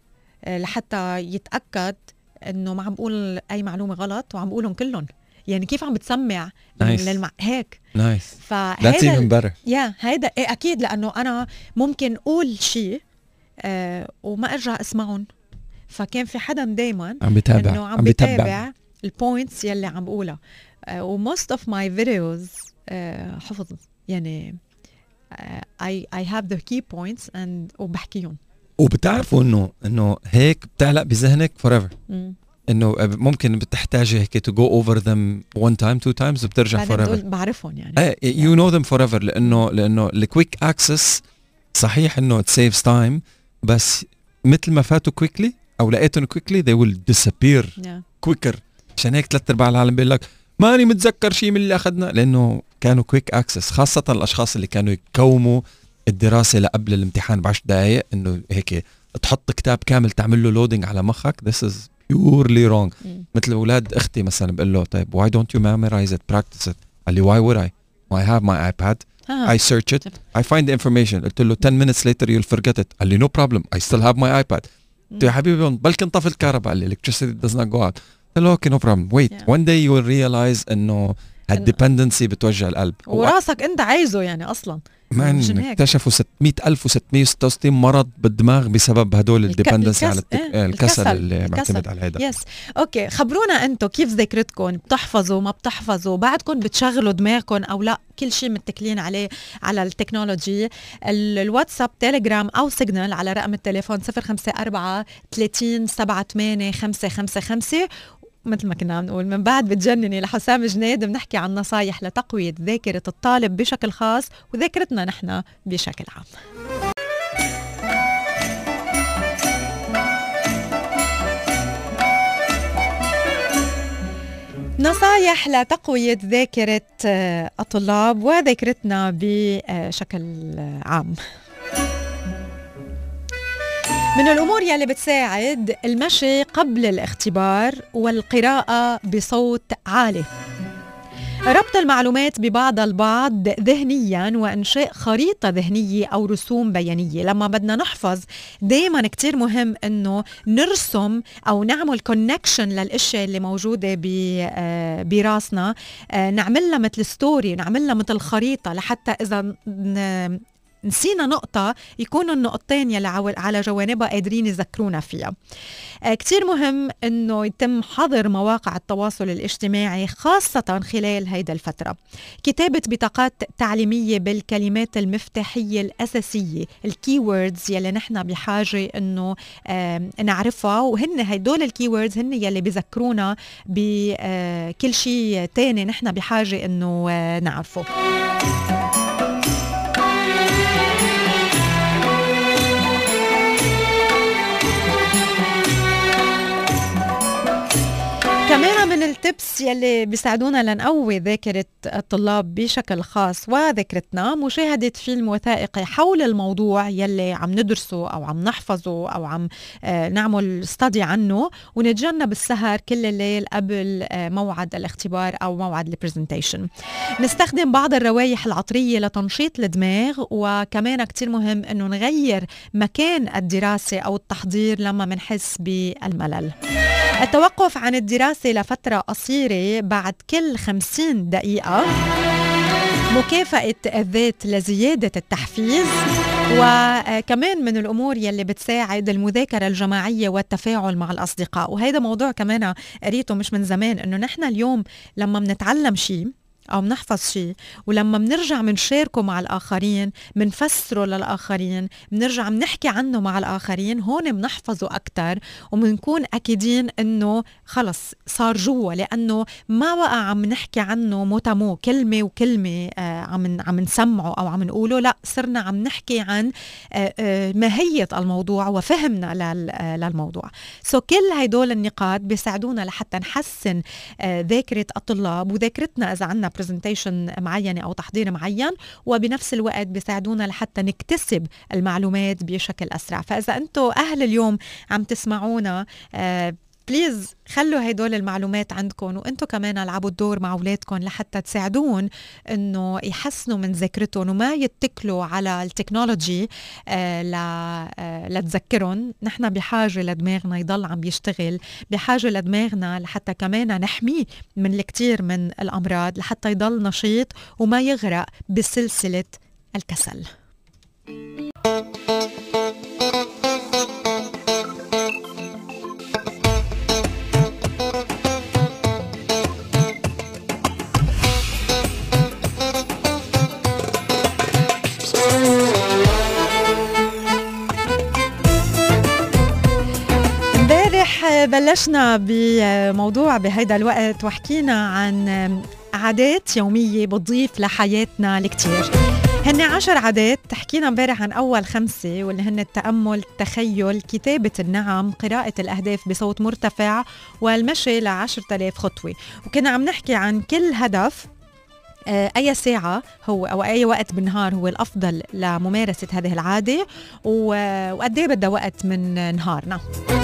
لحتى يتاكد انه ما عم بقول اي معلومه غلط وعم بقولهم كلهم. يعني كيف عم بتسمع
nice.
للمع... هيك
نايس nice.
فهيدا
even better.
يا هيدا إيه اكيد لانه انا ممكن اقول شيء آه وما ارجع اسمعهم، فكان في حدا دايما
عم بيتابع
انه عم بيتابع البوينتس يلي عم بقولها. آه وموست اوف ماي فيديوز آه حفظ يعني آه I I have the key points and وبحكيهم.
وبتعرفوا انه انه هيك بتعلق بذهنك forever. مم. انه ممكن بتحتاج هيك to go over them one time two times وبترجع forever.
بعرفهم يعني.
ايه you know them forever لانه لانه الكويك اكسس صحيح انه it saves time بس مثل ما فاتوا quickly او لقيتهم quickly they will disappear yeah. quicker. عشان هيك ثلاث ارباع العالم بيقول لك ماني متذكر شيء من اللي اخذنا لانه كانوا كويك اكسس، خاصه الاشخاص اللي كانوا يكوموا الدراسه لقبل الامتحان بعشر دقائق انه هيك تحط كتاب كامل تعمل له لودينج على مخك. this is purely wrong. مم. مثل اولاد اختي مثلا بقول له طيب why don't you memorize it practice it؟ قال لي why would I I have my iPad I search it I find the information. قلت له ten minutes later you'll forget it. قال لي no problem I still have my iPad. قلت له يا حبيبي بلكن طفي الكهرباء. قال لي electricity does not go out. قلت له اوكي نو بروبلم ويت one day you will realize انه هالديبندنسي بتوجع القلب
وراسك انت عايزه يعني اصلا.
مان اكتشفوا ستمية ألف وستمية وستة وستين مرض بالدماغ بسبب هدول الديبندنسي على التك...
اه
الكسل, الكسل اللي
الكسل.
معتمد على هذا.
يس اوكي خبرونا انتم كيف ذاكرتكم، بتحفظوا ما بتحفظوا، بعدكم بتشغلوا دماغكم او لا كل شيء متكلين عليه على التكنولوجي. الواتساب تيليجرام او سيجنال على رقم التليفون صفر خمسة أربعة ثلاثين سبعة ثمانية خمسة خمسة خمسة مثل ما كنا عم نقول من بعد بتجنني لحسام جنيد بنحكي عن نصايح لتقوية ذاكرة الطالب بشكل خاص وذاكرتنا نحن بشكل عام. نصايح لتقوية ذاكرة الطلاب وذاكرتنا بشكل عام. من الأمور يلي بتساعد المشي قبل الاختبار والقراءة بصوت عالي، ربط المعلومات ببعض البعض ذهنيا وإنشاء خريطة ذهنية أو رسوم بيانية. لما بدنا نحفظ دايما كتير مهم إنه نرسم أو نعمل كونكشن للأشياء اللي موجودة براسنا، نعملها مثل ستوري، نعملها مثل خريطة، لحتى إذا نسينا نقطة يكونوا النقطتين يلي على جوانبها قادرين يذكرونا فيها. آه كتير مهم انه يتم حظر مواقع التواصل الاجتماعي خاصة خلال هيدا الفترة. كتابة بطاقات تعليمية بالكلمات المفتاحية الأساسية، الكيوردز يلي نحن بحاجة انه آه نعرفها، وهن هيدول الكيوردز هن يلي بذكرونا بكل شيء تاني نحن بحاجة انه آه نعرفه. كمان من التبس يلي بيساعدونا لنقوي ذاكرة الطلاب بشكل خاص وذاكرتنا مشاهدة فيلم وثائقي حول الموضوع يلي عم ندرسه أو عم نحفظه أو عم نعمل استدي عنه، ونتجنب السهر كل الليل قبل موعد الاختبار أو موعد البرزنتيشن. نستخدم بعض الروائح العطرية لتنشيط الدماغ، وكمان كتير مهم أنه نغير مكان الدراسة أو التحضير لما منحس بالملل. التوقف عن الدراسة لفترة قصيرة بعد كل خمسين دقيقة، مكافأة الذات لزيادة التحفيز، وكمان من الأمور يلي بتساعد المذاكرة الجماعية والتفاعل مع الأصدقاء. وهذا موضوع كمان قريته مش من زمان، إنه نحن اليوم لما بنتعلم شيء أو منحفظ شيء ولما منرجع منشاركه مع الآخرين، منفسره للآخرين، منرجع منحكي عنه مع الآخرين، هون منحفظه أكتر ومنكون أكيدين إنه خلص صار جوا، لأنه ما بقى عم نحكي عنه متمو كلمة وكلمة آه عم عم نسمعه أو عم نقوله، لا صرنا عم نحكي عن آه آه ماهية الموضوع وفهمنا للموضوع. سو كل هيدول النقاط بيساعدونا لحتى نحسن آه ذاكرة الطلاب وذاكرتنا إذا عنا برزنتيشن معين أو تحضير معين، وبنفس الوقت بيساعدونا لحتى نكتسب المعلومات بشكل أسرع. فإذا أنتم أهل اليوم عم تسمعونا آه بليز خلوا هيدول المعلومات عندكم، وانتم كمان العبوا الدور مع أولادكم لحتى تساعدون انه يحسنوا من ذاكرتهم وما يتكلوا على التكنولوجي آه آه لتذكرهم. نحن بحاجة لدماغنا يضل عم بيشتغل، بحاجة لدماغنا لحتى كمان نحميه من الكثير من الأمراض، لحتى يضل نشيط وما يغرق بسلسلة الكسل. بلشنا بموضوع بهيدا الوقت وحكينا عن عادات يومية بتضيف لحياتنا الكتير. هن عشر عادات، حكينا امبارح عن أول خمسة واللي هن التأمل، التخيل، كتابة النعم، قراءة الأهداف بصوت مرتفع، والمشي لعشرة آلاف خطوة. وكنا عم نحكي عن كل هدف أي ساعة هو أو أي وقت بالنهار هو الأفضل لممارسة هذه العادة، وقد ايه بدها وقت من نهارنا.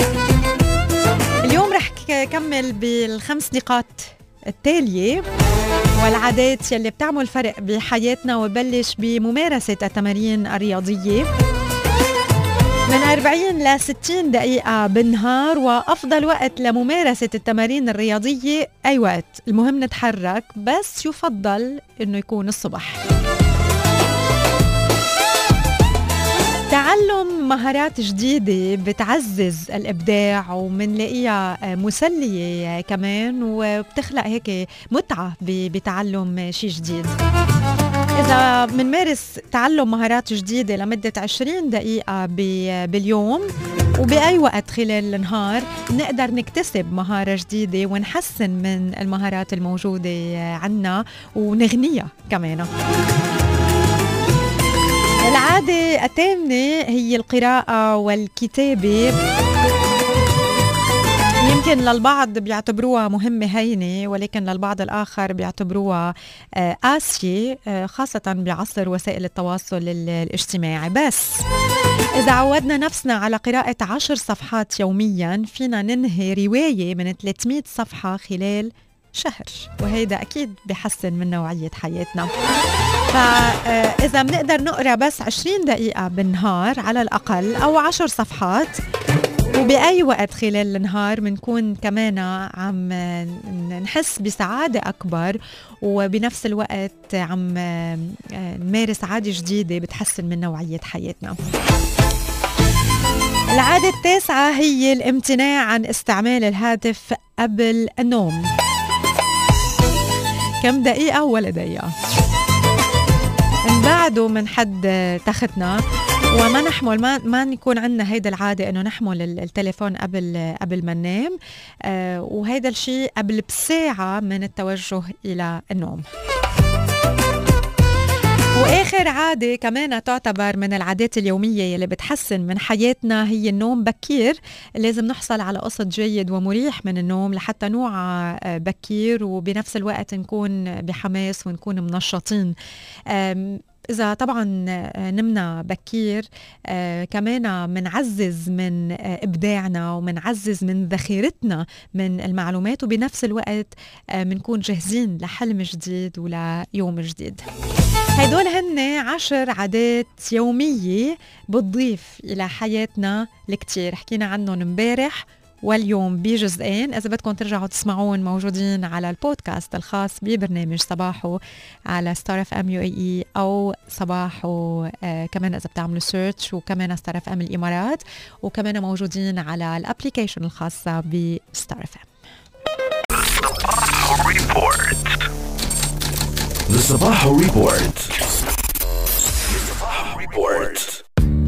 اليوم رح كمل بالخمس نقاط التالية والعادات يلي بتعمل فرق بحياتنا، وبلش بممارسة التمارين الرياضية من أربعين إلى ستين دقيقة بالنهار. وأفضل وقت لممارسة التمارين الرياضية أي وقت، المهم نتحرك، بس يفضل إنه يكون الصبح. تعلم مهارات جديدة بتعزز الإبداع ومنلاقيها مسلية كمان، وبتخلق هيك متعة بتعلم شيء جديد. إذا منمارس تعلم مهارات جديدة لمدة عشرين دقيقة باليوم وبأي وقت خلال النهار نقدر نكتسب مهارة جديدة ونحسن من المهارات الموجودة عنا ونغنيها كمان. العادة الثامنة هي القراءة والكتابة. يمكن للبعض بيعتبروها مهمة هينة، ولكن للبعض الآخر بيعتبروها قاسية، خاصة بعصر وسائل التواصل الاجتماعي. بس إذا عودنا نفسنا على قراءة عشر صفحات يوميا فينا ننهي رواية من ثلاثمية صفحة خلال شهر، وهيدا أكيد بحسن من نوعية حياتنا. فإذا بنقدر نقرأ بس عشرين دقيقة بالنهار على الأقل أو عشر صفحات، وبأي وقت خلال النهار منكون كمان عم نحس بسعادة أكبر، وبنفس الوقت عم نمارس عادة جديدة بتحسن من نوعية حياتنا. العادة التاسعة هي الامتناع عن استعمال الهاتف قبل النوم. كم دقيقة ولا دقيقة نبعده من حد تختنا، وما نحمل ما ما يكون عندنا هيدا العاده انه نحمل التليفون قبل قبل ما ننام، آه وهيدا الشيء قبل بساعه من التوجه الى النوم. واخر عاده كمان تعتبر من العادات اليوميه اللي بتحسن من حياتنا هي النوم بكير. لازم نحصل على قسط جيد ومريح من النوم لحتى نوعى بكير، وبنفس الوقت نكون بحماس ونكون منشطين. إذا طبعا نمنا بكير آه كمان منعزز من آه إبداعنا ومنعزز من ذخيرتنا من المعلومات، وبنفس الوقت آه منكون جاهزين لحلم جديد وليوم جديد. هيدول هن عشر عادات يومية بتضيف إلى حياتنا الكتير. حكينا عنهم مبارح واليوم بجزئين. إذا بدكم ترجعوا تسمعون موجودين على البودكاست الخاص ببرنامج صباحو على ستار اف ام يو اي اي أو صباحو آه كمان إذا بتعملوا سيرش، وكمان ستار اف ام الإمارات، وكمان موجودين على الابليكيشن الخاصة بستار اف ام.
The Sabaho Report. The Sabaho Report.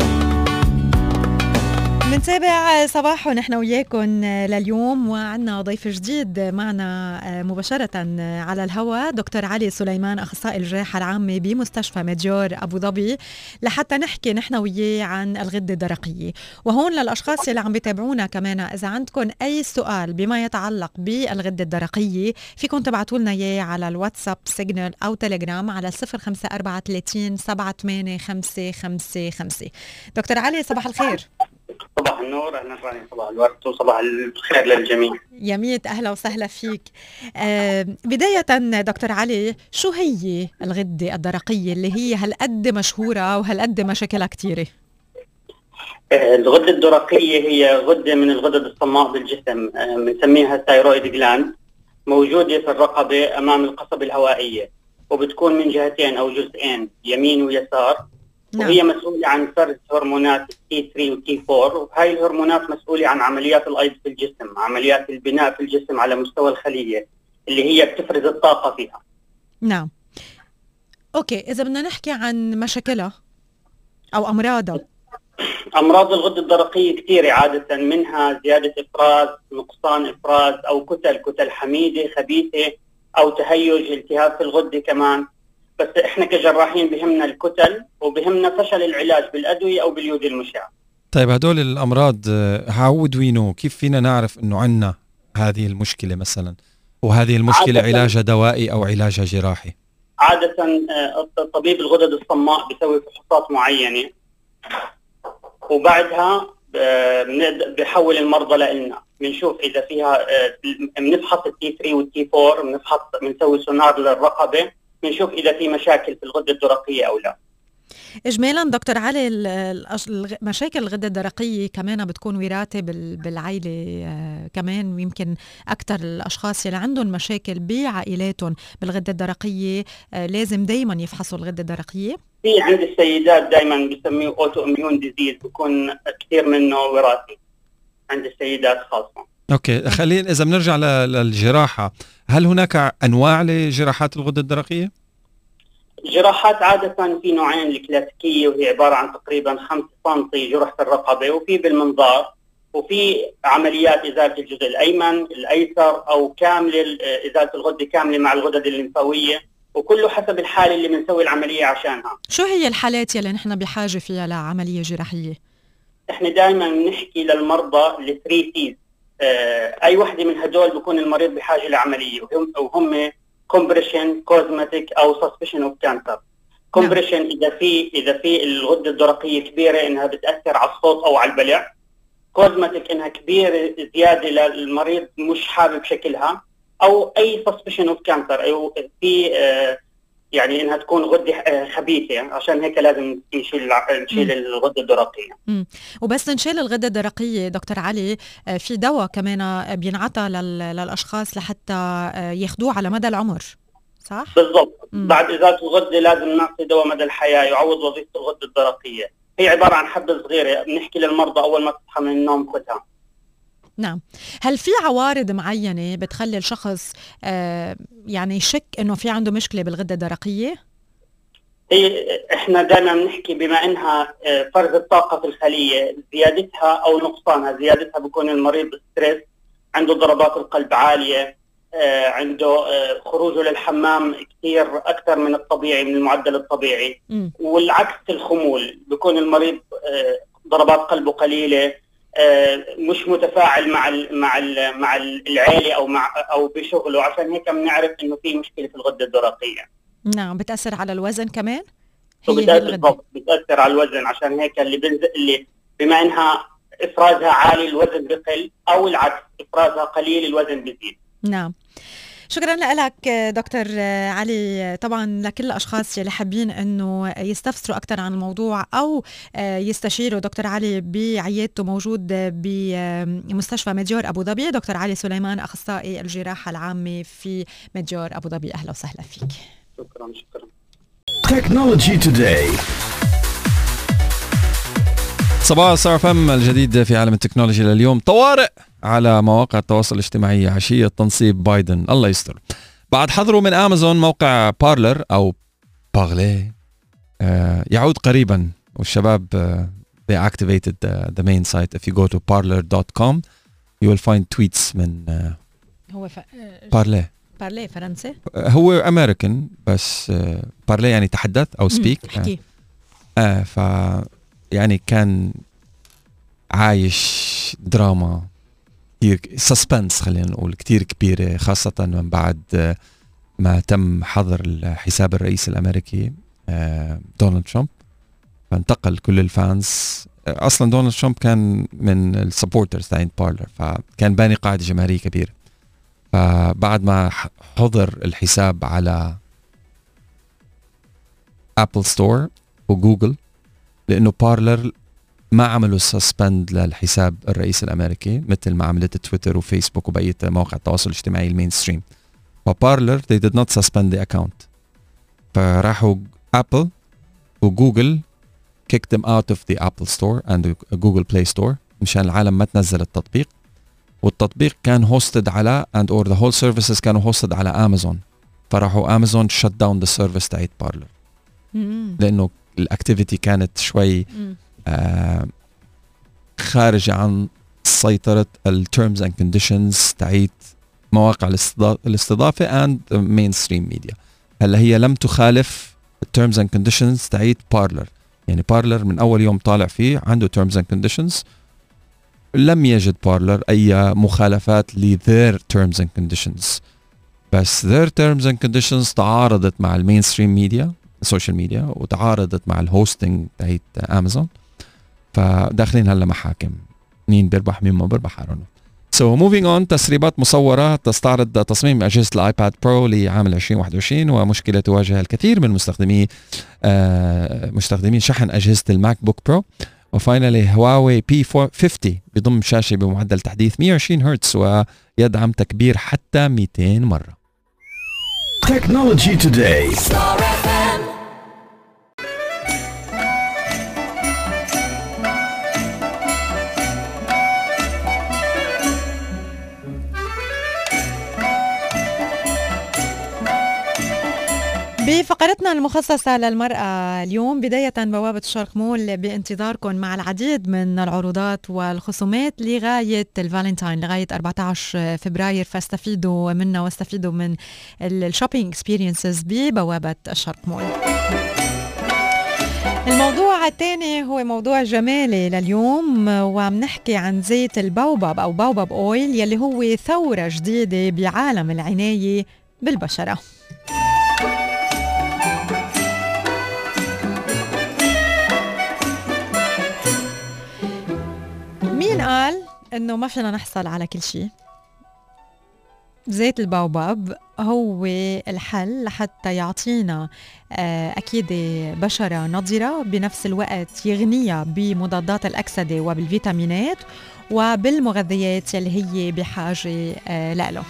منتابع صباح ونحن وياكم لليوم، وعنا ضيف جديد معنا مباشرة على الهواء، دكتور علي سليمان، أخصائي الجراحة العامة بمستشفى مديور أبو ظبي، لحتى نحكي نحن وياه عن الغدة الدرقية. وهون للأشخاص اللي عم بيتابعونا كمان، إذا عندكم أي سؤال بما يتعلق بالغدة الدرقية فيكم تبعتوا لنا إياه على الواتساب، سيجنال أو تليجرام على صفر خمسة أربعة ثلاثين سبعة ثمانية خمسة خمسة خمسة. دكتور علي صباح الخير.
صباح النور، أهلا راني، صباح الورد وصباح الخير للجميع.
يميت، أهلا وسهلا فيك. آه بداية دكتور علي، شو هي الغدة الدرقية اللي هي هالقد مشهورة وهالقد مشاكلها كتيرة؟
آه الغدة الدرقية هي غدة من الغدد الصماء بالجسم، بنسميها آه ثايرويد جلاند، موجودة في الرقبة أمام القصبة الهوائية، وبتكون من جهتين أو جزئين، يمين ويسار. نعم. وهي مسؤولة عن فرز هرمونات تي ثري وتي فور، وهاي الهرمونات مسؤولة عن عمليات الأيض في الجسم، عمليات البناء في الجسم على مستوى الخلية اللي هي بتفرز الطاقة فيها.
نعم. أوكي، إذا بدنا نحكي عن مشاكلها أو أمراضها.
أمراض الغدة الدرقية كثيرة عادة، منها زيادة إفراز، نقصان إفراز، أو كتل كتل حميدة خبيثة، أو تهيج التهاب في الغدة كمان. بس احنا كجراحين بهمنا الكتل، وبهمنا فشل العلاج بالادويه او باليود المشع.
طيب هدول الامراض how would we know؟ كيف فينا نعرف انه عندنا هذه المشكله مثلا، وهذه المشكله علاجها دوائي او علاجها جراحي؟
عاده طبيب الغدد الصماء بيسوي فحوصات معينه، وبعدها بحول المرضى لنا، بنشوف اذا فيها، بنفحص التي ثري والتي فور، بنفحص بنسوي سونار للرقبه، بنشوف إذا في مشاكل في الغدة الدرقية أو لا.
إجمالاً دكتور علي، مشاكل الغدة الدرقية كمان بتكون وراثة بالعائلة كمان، ويمكن أكثر الأشخاص اللي عندهم مشاكل بعائلاتهم بالغدة الدرقية لازم دايماً يفحصوا الغدة الدرقية.
في عند السيدات دايماً بيسميه أوتو إميون ديزيز، بيكون كثير منه وراثي عند السيدات خاصة.
أوكي، خلينا إذا بنرجع للجراحة، هل هناك أنواع لجراحات الغدة الدرقية؟
جراحات عادة في نوعين، الكلاسيكية وهي عبارة عن تقريبا خمسة سنتي جرح في الرقبة، وفي بالمنظار وفي عمليات ازاله الجزء الايمن الايسر او كامله ازاله الغده كامله مع الغدد الليمفاويه، وكله حسب الحاله اللي بنسوي العمليه عشانها.
شو هي الحالات يلي نحن بحاجه فيها لعمليه جراحيه؟
احنا دائما بنحكي للمرضى الثري سيز، اي وحده من هدول بيكون المريض بحاجه لعمليه، وهم وهم كومبريشن، كوزماتيك او سسبشن اوف كانسر. كومبريشن اذا في اذا في الغده الدرقيه كبيره انها بتاثر على الصوت او على البلع. كوزماتيك انها كبيره زياده للمريض مش حابب شكلها، او اي سسبشن اوف كانسر، او في آه يعني انها تكون غده آه خبيثه، عشان هيك لازم نشيل نشيل الغده الدرقيه.
امم وبس نشيل الغده الدرقيه دكتور علي، آه في دواء كمان بينعطى للاشخاص لحتى آه ياخذوه على مدى العمر، صح؟
بالضبط. بعد ازاله الغده لازم نعطي دواء مدى الحياه يعوض وظيفه الغده الدرقيه. هي عباره عن حبه صغيره بنحكي للمرضى اول ما تصحى من النوم خذها.
نعم. هل في عوارض معينة بتخلي الشخص آه يعني يشك انه في عنده مشكلة بالغدة الدرقية؟
هي احنا دائما بنحكي بما انها فرز الطاقة في الخلية، زيادتها او نقصانها. زيادتها بيكون المريض ستريس، عنده ضربات القلب عالية، آه عنده آه خروجه للحمام كثير اكثر من الطبيعي، من المعدل الطبيعي. م. والعكس الخمول، بيكون المريض آه ضربات قلبه قليلة، مش متفاعل مع ال مع ال مع العائله او مع او بشغله، عشان هيك بنعرف انه في مشكله في الغده الدرقيه.
نعم. بتاثر على الوزن كمان؟
هي بالضبط بتاثر على الوزن، عشان هيك اللي بنزل اللي بما انها افرازها عالي الوزن بقل، او العكس افرازها قليل الوزن بيزيد.
نعم. شكرا لك دكتور علي. طبعا لكل الاشخاص اللي حابين انه يستفسروا اكثر عن الموضوع او يستشيروا دكتور علي بعيادته، موجود بمستشفى مديور ابو ظبي. دكتور علي سليمان، اخصائي الجراحه العامه في مديور ابو ظبي، اهلا وسهلا فيك.
شكرا شكرا.
Technology Today.
صباح صار فم الجديد في عالم التكنولوجيا لليوم. طوارئ على مواقع التواصل الاجتماعي عشية تنصيب بايدن، الله يستر. بعد حظره من أمازون موقع بارلر أو بارلي آه يعود قريبا، والشباب آه they activated the, the main site. If you go to parler dot com you will find tweets من آه
هو ف...
بارلي
بارلي فرنسي،
هو أمريكان بس آه بارلي يعني تحدث أو speak.
احكي.
آه, آه ف يعني كان عايش دراما كتير، سسبنس خلينا نقول كتير كبيرة، خاصة من بعد ما تم حظر حساب الرئيس الأمريكي دونالد ترامب. فانتقل كل الفانز. أصلا دونالد ترامب كان من السبورترز تاعين بارلر، فكان باني قاعدة جماهيرية كبيرة. فبعد ما حظر الحساب على أبل ستور وجوجل، لأنه بارلر ما عملوا سسبند للحساب الرئيس الأمريكي مثل ما عملت تويتر وفيسبوك وبقية مواقع التواصل الاجتماعي المين ستريم. فبارلر they did not suspend the account. فراحوا أبل وجوجل kicked them out of the Apple Store and the Google Play Store مشان العالم ما تنزل التطبيق. والتطبيق كان hosted على and or the whole services كانوا hosted على أمازون. فراحوا أمازون shut down the service تاعت بارلر لأنه الأكتيفيتي كانت شوي آه خارجة عن سيطرة ال terms and conditions تاعت مواقع الاستضافة and the mainstream media. هلا هي لم تخالف terms and conditions تاعت بارلر، يعني بارلر من أول يوم طالع فيه عنده terms and conditions، لم يجد بارلر أي مخالفات ل their terms and conditions، بس their terms and conditions تعارضت مع المينستريم ميديا السوشيال ميديا وتعارضت مع الهوستنج تاعت أمازون. فداخلين هلا محاكم، مين بيربح مين ما بيربح I don't know. So moving on. تسريبات مصورة تستعرض تصميم أجهزة الآيباد برو لعام عشرين واحد وعشرين، ومشكلة تواجه الكثير من مستخدمي آه مستخدمين شحن أجهزة الماك بوك برو. وفاينالي هواوي بي خمسين بيضم شاشة بمعدل تحديث مية وعشرين هرتز ويدعم تكبير حتى مئتين مرة.
Technology Today.
بفقرتنا المخصصة للمرأة اليوم بداية بوابة الشرق مول بانتظاركم مع العديد من العروضات والخصومات لغاية الفالنتاين لغاية أربعة عشر فبراير، فاستفيدوا منا واستفيدوا من الشوبينج اكسبيرينسز ببوابة الشرق مول. الموضوع الثاني هو موضوع جمالي لليوم، وعم نحكي عن زيت الباوباب أو باوباب أويل يلي هو ثورة جديدة بعالم العناية بالبشرة. مين قال إنه ما فينا نحصل على كل شيء؟ زيت الباوباب هو الحل لحتى يعطينا أكيد بشرة نضرة، بنفس الوقت يغنيها بمضادات الأكسدة وبالفيتامينات وبالمغذيات اللي هي بحاجة له.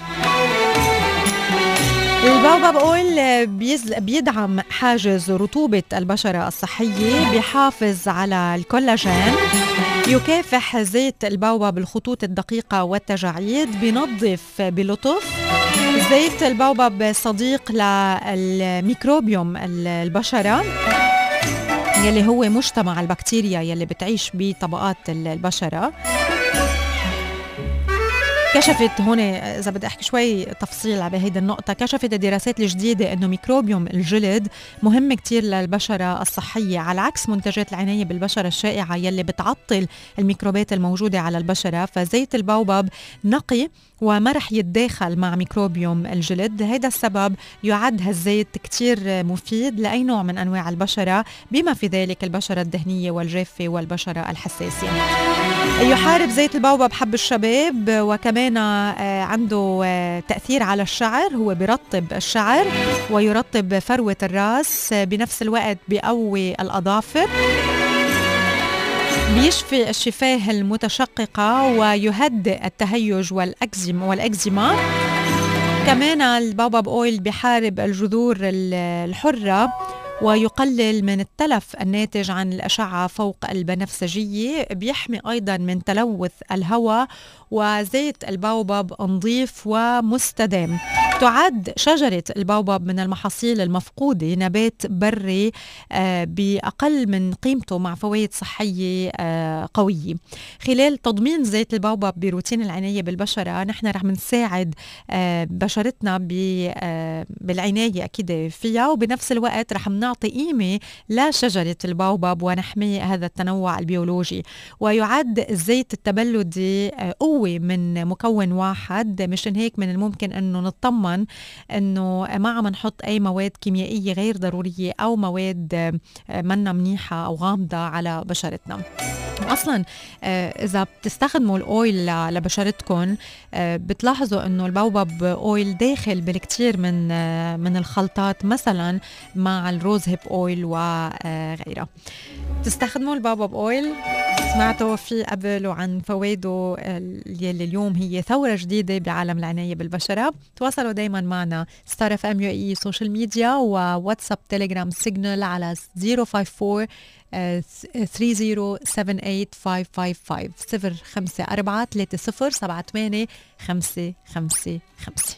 الباوباب أويل بيدعم حاجز رطوبة البشرة الصحية، بيحافظ على الكولاجين، يكافح زيت الباوباب الخطوط الدقيقة والتجاعيد، بينظف بلطف. زيت الباوباب صديق للميكروبيوم البشرة يلي هو مجتمع البكتيريا يلي بتعيش بطبقات البشرة. كشفت هون إذا بدي أحكي شوي تفصيل على هيدي النقطة، كشفت الدراسات الجديدة أنه ميكروبيوم الجلد مهم كتير للبشرة الصحية، على عكس منتجات العناية بالبشرة الشائعة يلي بتعطل الميكروبات الموجودة على البشرة. فزيت الباوباب نقي وما رح يتداخل مع ميكروبيوم الجلد. هذا السبب يعد هالزيت كتير مفيد لأي نوع من أنواع البشرة، بما في ذلك البشرة الدهنية والجافة والبشرة الحساسة. يحارب زيت الباوباب حب الشباب، وكمان عنده تأثير على الشعر، هو برطب الشعر ويرطب فروة الرأس، بنفس الوقت بيقوي الأظافر، بيشفي الشفاه المتشققة ويهدئ التهيج والأكزيما والأكزيما. كمان الباوباب أويل بيحارب الجذور الحرة ويقلل من التلف الناتج عن الأشعة فوق البنفسجية، بيحمي أيضا من تلوث الهواء. وزيت الباوباب نظيف ومستدام. تعد شجرة الباوباب من المحاصيل المفقودة، نبات بري بأقل من قيمته مع فوائد صحية قوية. خلال تضمين زيت الباوباب بروتين العناية بالبشرة، نحن رح نساعد بشرتنا بالعناية أكيد فيها، وبنفس الوقت رح نعطي قيمة لشجرة الباوباب ونحمي هذا التنوع البيولوجي. ويعد الزيت التبلدي قوة من مكون واحد، مشان هيك من الممكن أنه نطمن أنه ما عم نحط أي مواد كيميائية غير ضرورية أو مواد منا منيحة أو غامضة على بشرتنا. أصلا إذا بتستخدموا الأويل لبشرتكم بتلاحظوا أنه الباوباب أويل داخل بالكثير من من الخلطات، مثلا مع الروز هيب أويل وغيرها. تستخدموا الباوباب أويل، سمعتوا فيه قبل وعن فوائده اللي اليوم هي ثورة جديدة بعالم العناية بالبشرة. تواصلوا دايما معنا ستار اف ام يو اي سوشيال ميديا وواتساب تيليجرام سيجنال على صفر خمسة أربعة ثلاثة صفر سبعة ثمانية خمسة خمسة خمسة صفر خمسة أربعة ثلاثة صفر سبعة ثمانية خمسة خمسة خمسة.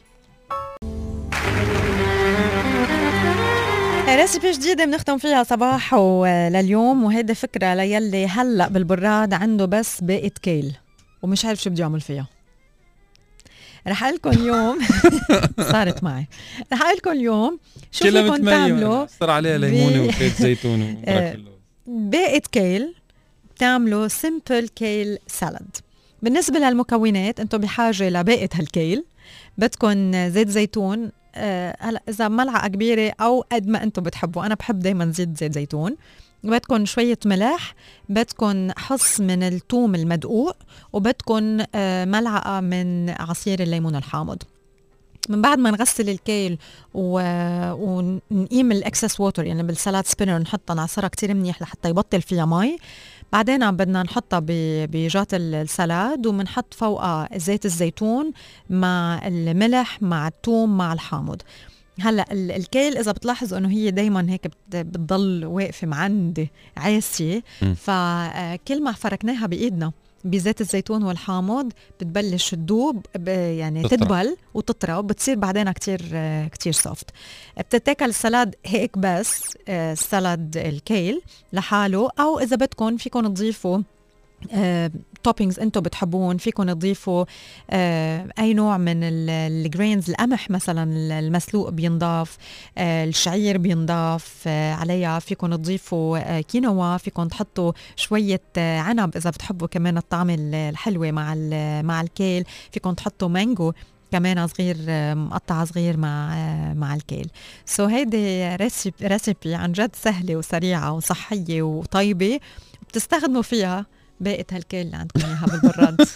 ريسيبي جديدة بنختم فيها صباح لليوم، وهيدا فكرة ليلي هلأ بالبراد عنده بس باقة كيل ومش عارف شو بدي أعمل فيها. رح أقلكم اليوم صارت معي، رح أقلكم اليوم شو فيكم تعملوا.
صار عليها ليمونة وخيط زيتون وبرك اللوز.
باقة كيل بتعملوا سيمبل كيل سالاد. بالنسبة للمكونات انتم بحاجة لباقة هالكيل، بدكن زيت زيتون، هلا اذا ملعقه كبيره او قد ما انتم بتحبوا، انا بحب دايما زيت زيت زيتون. بدكن شويه ملح، بدكن حص من الثوم المدقوق، وبدكن ملعقه من عصير الليمون الحامض. من بعد ما نغسل الكيل و... ونقيم الاكسس ووتر، يعني بالسلاد سبينر نحطها نعصرها كتير منيح لحتى يبطل فيها مي. بعدين بدنا نحطها بجات السلاد ومنحط فوقها زيت الزيتون مع الملح مع الثوم مع الحامض. هلا الكيل اذا بتلاحظوا انه هي دايما هيك بتضل واقفه معندة عاسيه، فكل ما فركناها بايدنا بزيت الزيتون والحامض بتبلش تدوب يعني
تطرى.
تدبل وتطرى وبتصير بعدين كتير كتير سوفت. بتتاكل السلاد هيك بس، السلاد الكيل لحاله، أو إذا بدكم فيكم تضيفوا توبينجز انتم بتحبون. فيكم تضيفوا آه اي نوع من الجرينز، القمح مثلا المسلوق بينضاف، آه الشعير بينضاف آه عليها. فيكم تضيفوا آه كينوا، فيكم تحطوا شويه آه عنب اذا بتحبوا كمان الطعم الحلوه مع مع الكيل. فيكم تحطوا مانجو كمان صغير مقطع صغير مع مع الكيل. سو so هيدي ريسيبي ريسيبي عن جد سهله وسريعه وصحيه وطيبه، بتستخدموا فيها باقة هالكيل اللي عندكم اياها بالبراد.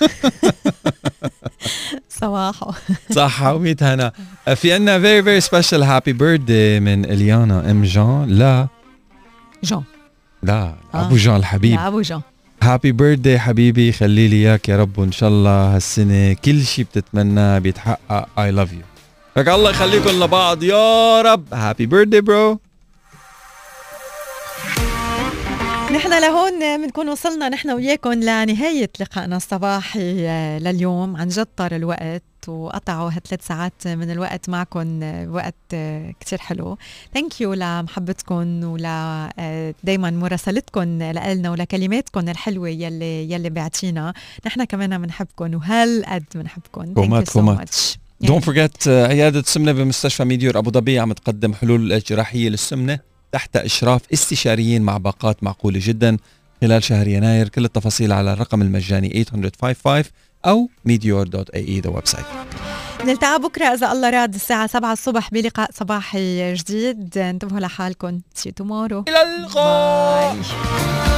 صباحو
صحة وميت هنا. في عنا very very special happy birthday من إليانا ام جان. لا
جان
لا
آه.
أبو جان الحبيب.
لا أبو جان،
هابي بيرثدي حبيبي، خلي لي اياك يا رب، وان شاء الله هالسنه كل شيء بتتمناه بيتحقق. اي لاف يو. لك الله يخليكم لبعض يا رب. هابي بيرثدي برو.
نحن لهون بنكون وصلنا نحن وياكم لنهاية لقائنا الصباحي لليوم. عن جد طار الوقت وقطعوا هالثلاث ساعات من الوقت معكم وقت كتير حلو. ثانك يو لمحبتكم ولا دايما مراسلتكم لنا ولكلماتكم الحلوة يلي يلي بعتينا. نحن كمان بنحبكم وهالقد بنحبكم. ثانك يو سو ماتش.
دونت فورجيت عيادة السمنة بمستشفى ميديور أبو ظبي عم تقدم حلول جراحية للسمنة تحت إشراف استشاريين مع باقات معقولة جدا خلال شهر يناير. كل التفاصيل على الرقم المجاني ثمانية خمسة خمسة أو ميديور دوت اي اي ذا ويب سايت.
نلتقى بكرة إذا الله راد الساعة سبعة الصبح بلقاء صباحي جديد. انتبهوا لحالكم. See you tomorrow.
إلى اللقاء.
باي.